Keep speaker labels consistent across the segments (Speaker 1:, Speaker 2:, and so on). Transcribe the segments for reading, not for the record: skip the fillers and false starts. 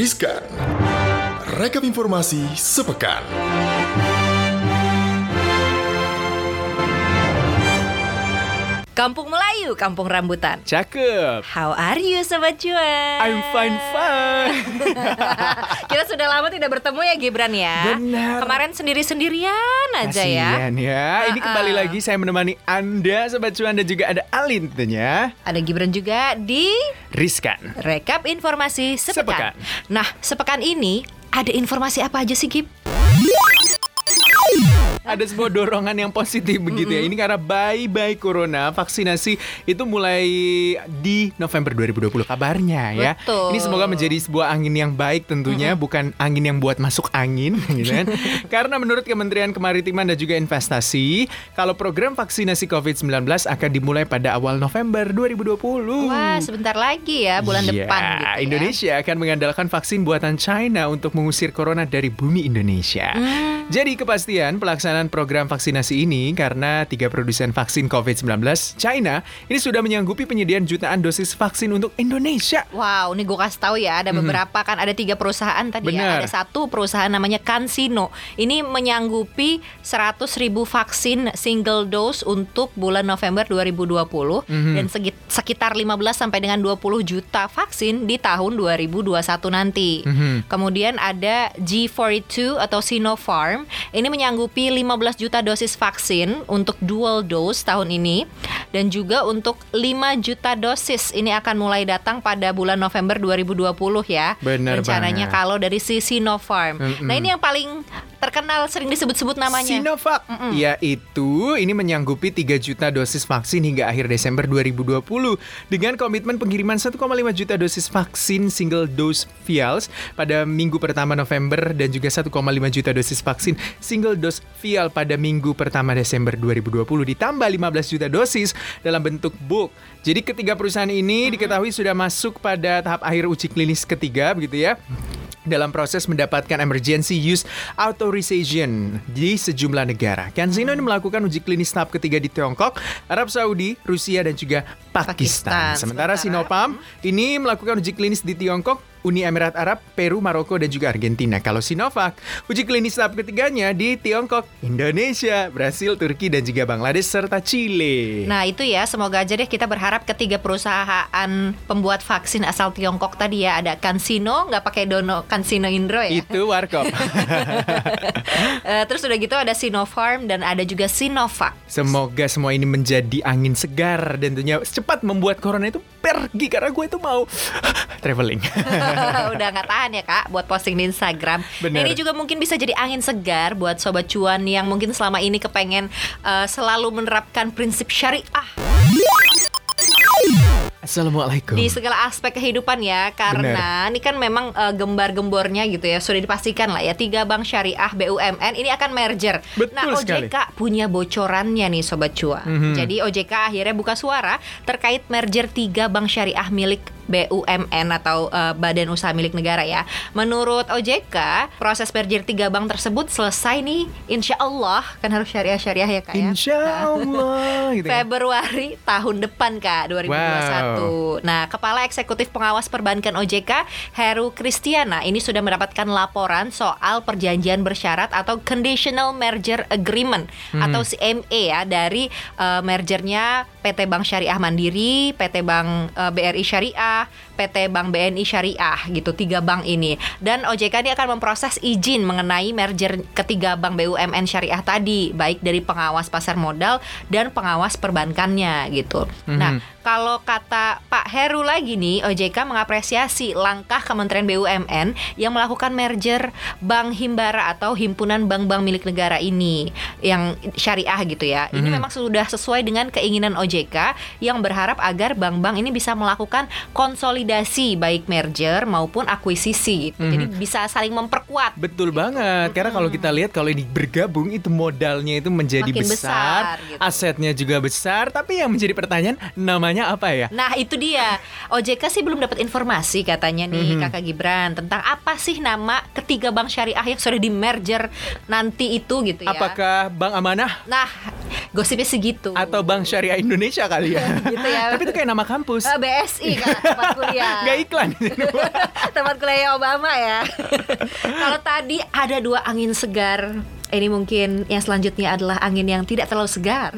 Speaker 1: Riskan. Rekap informasi sepekan.
Speaker 2: Kampung Melayu, Kampung Rambutan.
Speaker 3: Cakep.
Speaker 2: How are you, Sobat Cuan?
Speaker 3: I'm fine.
Speaker 2: Kita sudah lama tidak bertemu ya, Gibran ya.
Speaker 3: Benar.
Speaker 2: Kemarin sendiri-sendirian aja ya.
Speaker 3: Kasian ya. Ini kembali lagi saya menemani Anda, Sobat Cuan, dan juga ada Alin tentunya.
Speaker 2: Ada Gibran juga di
Speaker 3: Riskan.
Speaker 2: Rekap Informasi Sepekan. Nah, sepekan ini ada informasi apa aja sih, Gib?
Speaker 3: Ada sebuah dorongan yang positif begitu ya. Ini karena bye-bye corona, vaksinasi itu mulai di November 2020 kabarnya ya.
Speaker 2: Betul.
Speaker 3: Ini semoga menjadi sebuah angin yang baik tentunya, bukan angin yang buat masuk angin gitu kan. Karena menurut Kementerian Kemaritiman dan juga Investasi, kalau program vaksinasi COVID-19 akan dimulai pada awal November 2020.
Speaker 2: Wah, sebentar lagi ya, bulan depan gitu ya.
Speaker 3: Indonesia akan mengandalkan vaksin buatan China untuk mengusir corona dari bumi Indonesia. Jadi kepastian pelaksanaan program vaksinasi ini karena 3 produsen vaksin COVID-19 China ini sudah menyanggupi penyediaan jutaan dosis vaksin untuk Indonesia.
Speaker 2: Wow, ini gue kasih tahu ya, ada beberapa kan, ada 3 perusahaan tadi.
Speaker 3: Benar.
Speaker 2: Ya. Ada satu perusahaan namanya CanSino. Ini menyanggupi 100.000 vaksin single dose untuk bulan November 2020 dan sekitar 15 sampai dengan 20 juta vaksin di tahun 2021 nanti. Kemudian ada G42 atau Sinopharm. Ini menyanggupi 15 juta dosis vaksin untuk dual dose tahun ini, dan juga untuk 5 juta dosis ini akan mulai datang pada bulan November 2020 ya.
Speaker 3: Benar
Speaker 2: rencananya
Speaker 3: banget.
Speaker 2: kalau dari si Sinopharm. Nah, ini yang paling terkenal, sering disebut-sebut namanya
Speaker 3: Sinovac, yaitu ini menyanggupi 3 juta dosis vaksin hingga akhir Desember 2020 dengan komitmen pengiriman 1,5 juta dosis vaksin single dose vials pada minggu pertama November dan juga 1,5 juta dosis vaksin single dose vial pada minggu pertama Desember 2020 ditambah 15 juta dosis dalam bentuk bulk. Jadi ketiga perusahaan ini diketahui sudah masuk pada tahap akhir uji klinis ketiga begitu ya, dalam proses mendapatkan emergency use authorization di sejumlah negara. CanSino ini melakukan uji klinis tahap ketiga di Tiongkok, Arab Saudi, Rusia, dan juga Pakistan. Sementara Sinopharm ini melakukan uji klinis di Tiongkok, Uni Emirat Arab, Peru, Maroko, dan juga Argentina. Kalau Sinovac, uji klinis tahap ketiganya di Tiongkok, Indonesia, Brasil, Turki, dan juga Bangladesh, serta Chile.
Speaker 2: Nah itu ya, semoga aja deh, kita berharap ketiga perusahaan pembuat vaksin asal Tiongkok tadi ya, ada CanSino, nggak pakai Dono CanSino Indro ya.
Speaker 3: Itu warkop.
Speaker 2: Terus udah gitu ada Sinopharm dan ada juga Sinovac.
Speaker 3: Semoga semua ini menjadi angin segar dan tentunya cepat membuat corona itu pergi, karena gue itu mau traveling.
Speaker 2: Udah gak tahan ya Kak buat posting di Instagram.
Speaker 3: Bener.
Speaker 2: Nah, ini juga mungkin bisa jadi angin segar buat Sobat Cuan yang mungkin selama ini kepengen selalu menerapkan prinsip syariah
Speaker 3: Assalamualaikum.
Speaker 2: di segala aspek kehidupan ya. Karena ini kan memang gembar-gembornya gitu ya, sudah dipastikan lah ya, 3 bank syariah BUMN ini akan merger.
Speaker 3: Betul
Speaker 2: Nah OJK
Speaker 3: sekali.
Speaker 2: punya bocorannya nih Sobat Cuan. Jadi OJK akhirnya buka suara terkait merger 3 bank syariah milik BUMN atau Badan Usaha Milik Negara ya. Menurut OJK, proses merger 3 bank tersebut selesai nih, insya Allah, kan harus syariah-syariah ya Kak ya.
Speaker 3: Insya Allah gitu ya.
Speaker 2: Februari tahun depan Kak, 2021. Nah, Kepala Eksekutif Pengawas Perbankan OJK, Heru Kristiana, ini sudah mendapatkan laporan soal perjanjian bersyarat atau Conditional Merger Agreement atau CMA ya, dari mergernya PT Bank Syariah Mandiri, PT Bank BRI Syariah, PT Bank BNI Syariah gitu, 3 bank ini. Dan OJK ini akan memproses izin mengenai merger ketiga bank BUMN syariah tadi, baik dari pengawas pasar modal dan pengawas perbankannya gitu. Nah, kalau kata Pak Heru lagi nih, OJK mengapresiasi langkah Kementerian BUMN yang melakukan merger Bank Himbara atau Himpunan Bank-Bank Milik Negara ini yang syariah gitu ya. Ini memang sudah sesuai dengan keinginan OJK yang berharap agar bank-bank ini bisa melakukan konsolidasi baik merger maupun akuisisi gitu. Jadi bisa saling memperkuat.
Speaker 3: Betul banget. Karena kalau kita lihat, kalau ini bergabung itu modalnya itu menjadi
Speaker 2: Makin
Speaker 3: besar,
Speaker 2: besar, gitu.
Speaker 3: asetnya juga besar. Tapi yang menjadi pertanyaan, namanya apa ya?
Speaker 2: Nah itu dia, OJK sih belum dapat informasi katanya nih Kakak Gibran tentang apa sih nama ketiga bank syariah yang sudah di merger nanti itu gitu ya.
Speaker 3: Apakah Bank Amanah?
Speaker 2: Nah gosipnya segitu.
Speaker 3: Atau Bank Syariah Indonesia kali ya.
Speaker 2: Gitu ya.
Speaker 3: Tapi itu kayak nama kampus.
Speaker 2: BSI kan tempat kuliah.
Speaker 3: Gak iklan.
Speaker 2: Tempat kuliah Obama ya. Kalau tadi ada 2 angin segar, ini mungkin yang selanjutnya adalah angin yang tidak terlalu segar.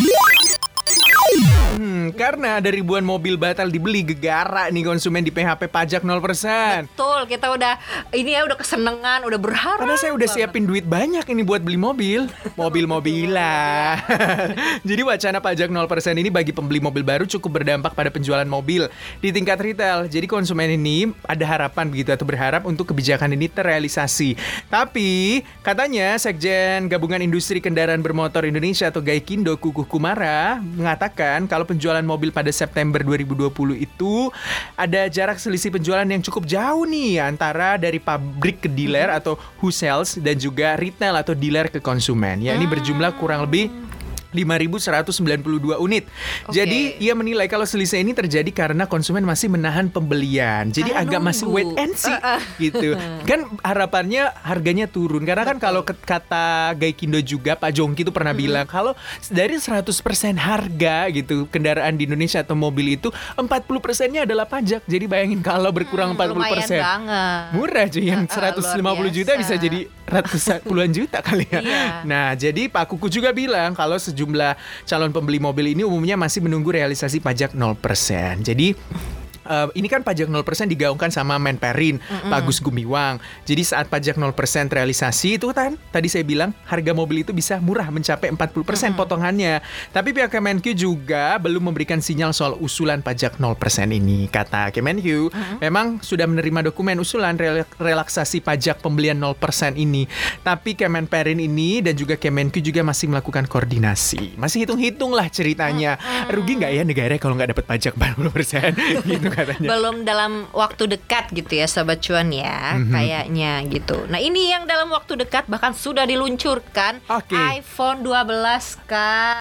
Speaker 3: Karena ada ribuan mobil batal dibeli, gegara nih konsumen di PHP pajak 0%.
Speaker 2: Betul, kita udah kesenengan, udah berharap.
Speaker 3: Karena saya udah siapin duit banyak ini buat beli mobil. Mobil-mobilan. Jadi wacana pajak 0% ini bagi pembeli mobil baru cukup berdampak pada penjualan mobil di tingkat retail. Jadi konsumen ini ada harapan begitu atau berharap untuk kebijakan ini terrealisasi. Tapi katanya Sekjen Gabungan Industri Kendaraan Bermotor Indonesia atau Gaikindo Kukuh Kumara mengatakan kalau penjualan mobil pada September 2020 itu ada jarak selisih penjualan yang cukup jauh nih antara dari pabrik ke dealer atau wholesale dan juga retail atau dealer ke konsumen. Ya, ini berjumlah kurang lebih 5.192 unit. Jadi ia menilai kalau selisih ini terjadi karena konsumen masih menahan pembelian. Jadi agak masih wait and see gitu. Kan harapannya harganya turun. Karena kan kalau kata Gaikindo juga Pak Jongki itu pernah bilang kalau dari 100% harga gitu kendaraan di Indonesia atau mobil itu 40%-nya adalah pajak. Jadi bayangin kalau berkurang 40%.
Speaker 2: Lumayan banget.
Speaker 3: Murah cuy, yang 150 juta bisa jadi puluhan juta kali ya.
Speaker 2: Iya.
Speaker 3: Nah, jadi Pak Kuku juga bilang kalau sejumlah calon pembeli mobil ini umumnya masih menunggu realisasi pajak 0%. Jadi ini kan pajak 0% digaungkan sama Menperin, Pak Agus Gumiwang. Jadi saat pajak 0% realisasi itu kan tadi saya bilang harga mobil itu bisa murah mencapai 40% potongannya. Tapi pihak Kemenq juga belum memberikan sinyal soal usulan pajak 0% ini. Kata Kemenq, memang sudah menerima dokumen usulan relaksasi pajak pembelian 0% ini. Tapi Kemenperin ini dan juga Kemenq juga masih melakukan koordinasi. Masih hitung-hitung lah ceritanya. Rugi nggak ya negara kalau nggak dapat pajak 40% gitu katanya.
Speaker 2: Belum dalam waktu dekat gitu ya Sobat Cuan ya, kayaknya gitu. Nah ini yang dalam waktu dekat bahkan sudah diluncurkan iPhone 12 Kak.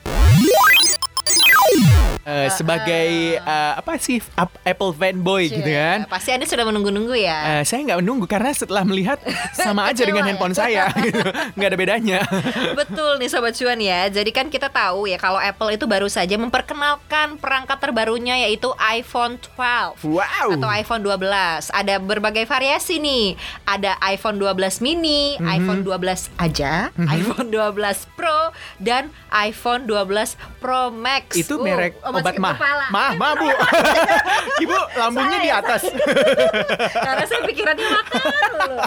Speaker 3: Sebagai Apple fanboy gitu kan.
Speaker 2: Pasti Anda sudah menunggu-nunggu ya.
Speaker 3: Saya nggak menunggu karena setelah melihat sama aja dengan handphone saya gitu. Nggak ada bedanya.
Speaker 2: Betul nih Sobat Cuan ya. Jadi kan kita tahu ya kalau Apple itu baru saja memperkenalkan perangkat terbarunya yaitu iPhone 12 atau iPhone 12. Ada berbagai variasi nih. Ada iPhone 12 mini, iPhone 12 aja, iPhone 12 Pro dan iPhone 12 Pro Max.
Speaker 3: Itu merek obat mah Bu. Ibu lambungnya di atas.
Speaker 2: Karena saya pikirannya makan dulu.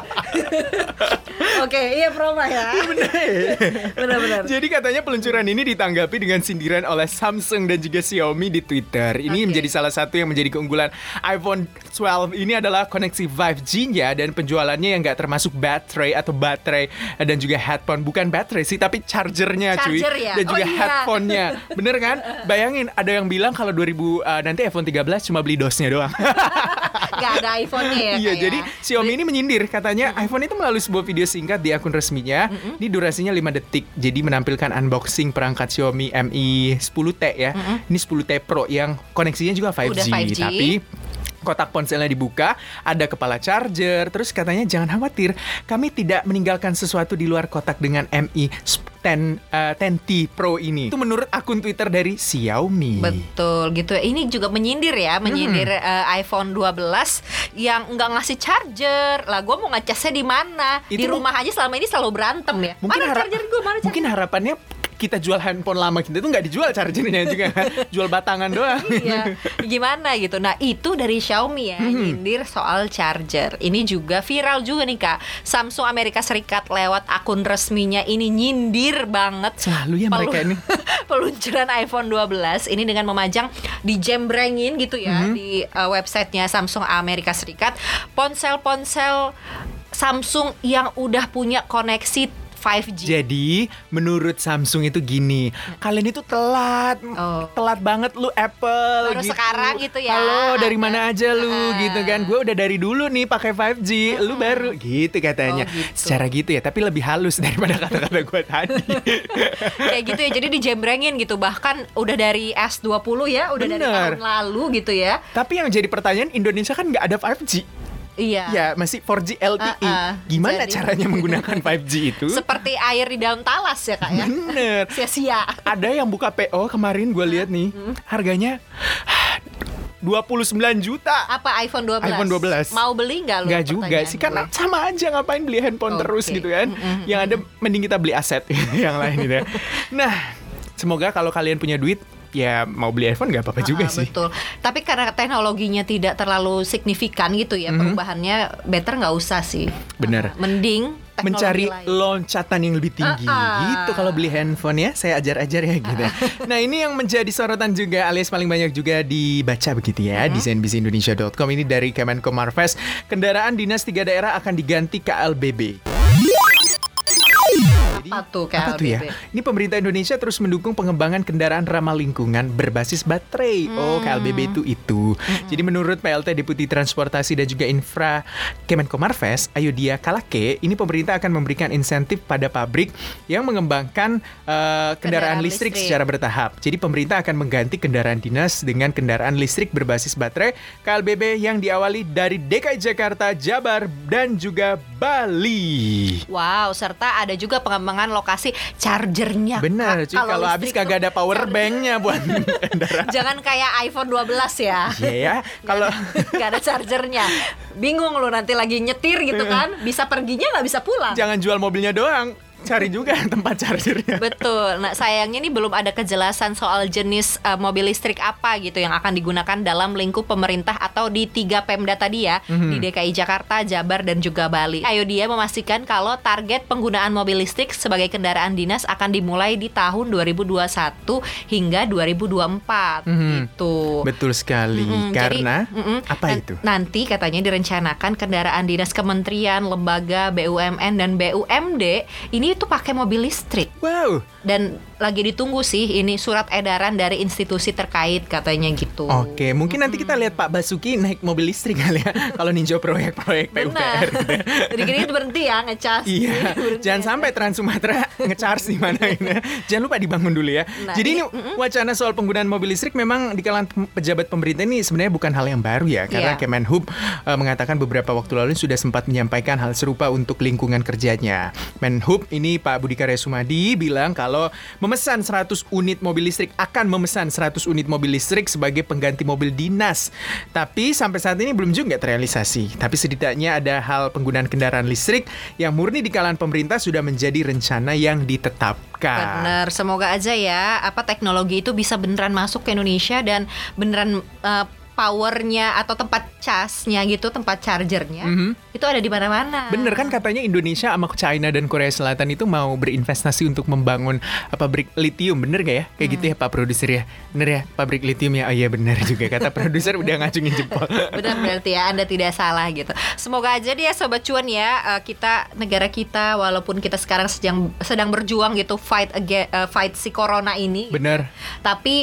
Speaker 2: Oke, iya Pro Mah ya. Benar-benar.
Speaker 3: Jadi katanya peluncuran ini ditanggapi dengan sindiran oleh Samsung dan juga Xiaomi di Twitter. Ini menjadi salah satu yang menjadi keunggulan iPhone 12 ini adalah koneksi 5G-nya dan penjualannya yang nggak termasuk baterai dan juga headphone. Bukan baterai sih, tapi chargernya cuy.
Speaker 2: Ya?
Speaker 3: Dan juga headphone-nya. Bener kan? Bayangin ada yang bilang kalau nanti iPhone 13 cuma beli dosnya doang.
Speaker 2: Gak ada iPhone-nya ya.
Speaker 3: Iya, jadi Xiaomi ini menyindir katanya iPhone itu melalui sebuah video singkat di akun resminya. Ini durasinya 5 detik. Jadi menampilkan unboxing perangkat Xiaomi Mi 10T ya. Ini 10T Pro yang koneksinya juga 5G.
Speaker 2: Udah 5G.
Speaker 3: Tapi kotak ponselnya dibuka, ada kepala charger, terus katanya jangan khawatir, kami tidak meninggalkan sesuatu di luar kotak dengan Mi 10T Pro ini. Itu menurut akun Twitter dari Xiaomi.
Speaker 2: Betul gitu. Ini juga menyindir iPhone 12 yang nggak ngasih charger. Lah gue mau ngecasnya di mana? Di rumah aja selama ini selalu berantem ya. Mana charger gue?
Speaker 3: Mungkin harapannya kita jual handphone lama kita itu nggak dijual chargernya juga, jual batangan doang.
Speaker 2: Iya, gimana gitu. Nah itu dari Xiaomi ya, nyindir soal charger. Ini juga viral juga nih Kak. Samsung Amerika Serikat lewat akun resminya ini nyindir banget.
Speaker 3: Selalu ya mereka ini.
Speaker 2: Peluncuran iPhone 12 ini dengan memajang dijembrengin gitu ya di websitenya Samsung Amerika Serikat ponsel-ponsel Samsung yang udah punya koneksi 5G.
Speaker 3: Jadi menurut Samsung itu gini, kalian itu telat banget lu Apple.
Speaker 2: Baru
Speaker 3: gitu.
Speaker 2: sekarang gitu ya.
Speaker 3: Halo, dari mana aja lu gitu kan? Gue udah dari dulu nih pakai 5G, lu baru gitu katanya.
Speaker 2: Gitu.
Speaker 3: Secara gitu ya, tapi lebih halus daripada kata-kata gue tadi.
Speaker 2: Kayak gitu ya. Jadi dijembrengin gitu. Bahkan udah dari S20 ya, udah dari tahun lalu gitu ya.
Speaker 3: Tapi yang jadi pertanyaan, Indonesia kan nggak ada 5G.
Speaker 2: Iya.
Speaker 3: Ya, masih 4G LTE. Gimana
Speaker 2: Jadi-
Speaker 3: caranya menggunakan 5G itu?
Speaker 2: Seperti air di dalam talas ya kak ya.
Speaker 3: Bener.
Speaker 2: Sia-sia.
Speaker 3: Ada yang buka PO kemarin gue lihat nih, harganya 29 juta.
Speaker 2: Apa iPhone 12?
Speaker 3: iPhone 12.
Speaker 2: Mau beli nggak lu?
Speaker 3: Nggak juga sih, karena sama aja ngapain beli handphone
Speaker 2: Oke.
Speaker 3: terus gitu kan. Yang ada mending kita beli aset yang lain gitu ya. Nah, semoga kalau kalian punya duit, ya mau beli iPhone nggak apa-apa juga sih.
Speaker 2: Betul. Tapi karena teknologinya tidak terlalu signifikan gitu ya, perubahannya better nggak usah sih.
Speaker 3: Bener.
Speaker 2: Mending teknologi
Speaker 3: Mencari
Speaker 2: lain.
Speaker 3: loncatan yang lebih tinggi gitu kalau beli handphone ya. Saya ajar-ajar ya gitu. Nah, ini yang menjadi sorotan juga alias paling banyak juga dibaca begitu ya di cnbcindonesia.com. Ini dari Kemenko Marves. Kendaraan dinas 3 daerah akan diganti KLBB.
Speaker 2: Apa tuh
Speaker 3: Apa tuh ya?
Speaker 2: KLBB?
Speaker 3: Ini pemerintah Indonesia terus mendukung pengembangan kendaraan ramah lingkungan berbasis baterai. Oh, KLBB itu. Jadi menurut PLT Deputi Transportasi dan juga Infra Kemenko Marves, Ayodhya Kalake, ini pemerintah akan memberikan insentif pada pabrik yang mengembangkan kendaraan listrik secara bertahap. Jadi pemerintah akan mengganti kendaraan dinas dengan kendaraan listrik berbasis baterai KLBB yang diawali dari DKI Jakarta, Jabar, dan juga Bali.
Speaker 2: Wow, serta ada juga pengembangan lokasi chargernya.
Speaker 3: Benar,
Speaker 2: Kak.
Speaker 3: cuy, kalau habis
Speaker 2: listrik
Speaker 3: kagak
Speaker 2: tuh
Speaker 3: ada power
Speaker 2: charger.
Speaker 3: banknya buat kendaraan.
Speaker 2: Jangan kayak iPhone 12 ya.
Speaker 3: Iya ya, kalau
Speaker 2: Gak ada chargernya. Bingung lu nanti lagi nyetir gitu kan, bisa perginya nggak bisa pulang.
Speaker 3: jangan jual mobilnya doang, cari juga tempat chargernya.
Speaker 2: Betul. Nah, sayangnya ini belum ada kejelasan soal jenis mobil listrik apa gitu yang akan digunakan dalam lingkup pemerintah atau di 3 Pemda tadi ya, di DKI Jakarta, Jabar, dan juga Bali. Ayodhya memastikan kalau target penggunaan mobil listrik sebagai kendaraan dinas akan dimulai di tahun 2021 hingga 2024 gitu.
Speaker 3: Betul sekali, karena apa itu?
Speaker 2: Nanti katanya direncanakan kendaraan dinas kementerian, lembaga, BUMN dan BUMD ini itu pakai mobil listrik.
Speaker 3: Wow.
Speaker 2: Dan lagi ditunggu sih ini surat edaran dari institusi terkait katanya gitu.
Speaker 3: Oke, mungkin nanti kita lihat Pak Basuki naik mobil listrik kali ya kalau ninjau proyek-proyek PUPR.
Speaker 2: Benar. Dikit-dikit berhenti ya ngecas.
Speaker 3: Iya,
Speaker 2: Berhenti
Speaker 3: jangan
Speaker 2: ya.
Speaker 3: sampai Trans Sumatera nge-charge di mana ini. Jangan lupa dibangun dulu ya.
Speaker 2: Nah,
Speaker 3: Jadi
Speaker 2: ini-
Speaker 3: ini wacana soal penggunaan mobil listrik memang di kalangan pejabat pemerintah ini sebenarnya bukan hal yang baru ya, karena
Speaker 2: Iya.
Speaker 3: Kemenhub mengatakan beberapa waktu lalu sudah sempat menyampaikan hal serupa untuk lingkungan kerjanya. Menhub ini Pak Budi Karya Sumadi bilang kalau memesan 100 unit mobil listrik akan memesan 100 unit mobil listrik sebagai pengganti mobil dinas. Tapi sampai saat ini belum juga terrealisasi. Tapi setidaknya ada hal penggunaan kendaraan listrik yang murni di kalangan pemerintah sudah menjadi rencana yang ditetapkan.
Speaker 2: Bener, semoga aja ya apa teknologi itu bisa beneran masuk ke Indonesia dan beneran powernya atau tempat casnya gitu, tempat chargernya itu ada di mana-mana.
Speaker 3: Bener kan katanya Indonesia sama China dan Korea Selatan itu mau berinvestasi untuk membangun pabrik litium, bener gak ya? Kayak gitu ya Pak Produser ya? Bener ya pabrik litium ya? Oh iya bener juga, kata produser udah ngacungin jempol.
Speaker 2: Benar berarti ya Anda tidak salah gitu. Semoga aja dia Sobat Cuan ya kita negara kita walaupun kita sekarang sedang berjuang gitu fight si corona ini.
Speaker 3: Bener.
Speaker 2: Tapi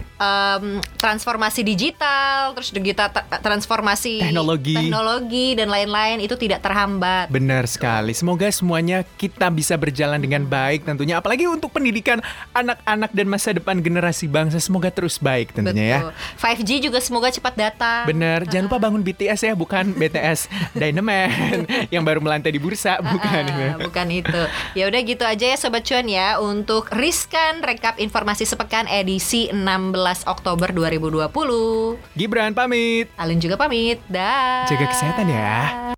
Speaker 2: transformasi digital terus kita transformasi teknologi dan lain-lain itu tidak terhambat.
Speaker 3: Benar sekali. Semoga semuanya kita bisa berjalan dengan baik tentunya. Apalagi untuk pendidikan anak-anak dan masa depan generasi bangsa. Semoga terus baik tentunya
Speaker 2: Betul. 5G juga semoga cepat datang.
Speaker 3: Benar. Jangan lupa bangun BTS ya, bukan BTS Dynamite yang baru melantai di bursa, bukan.
Speaker 2: Bukan itu. Ya udah gitu aja ya Sobat Cuan ya untuk Riskan Rekap Informasi Sepekan edisi 16 Oktober 2020.
Speaker 3: Gibran pamit.
Speaker 2: Alin juga pamit. Dah.
Speaker 3: Jaga kesehatan ya.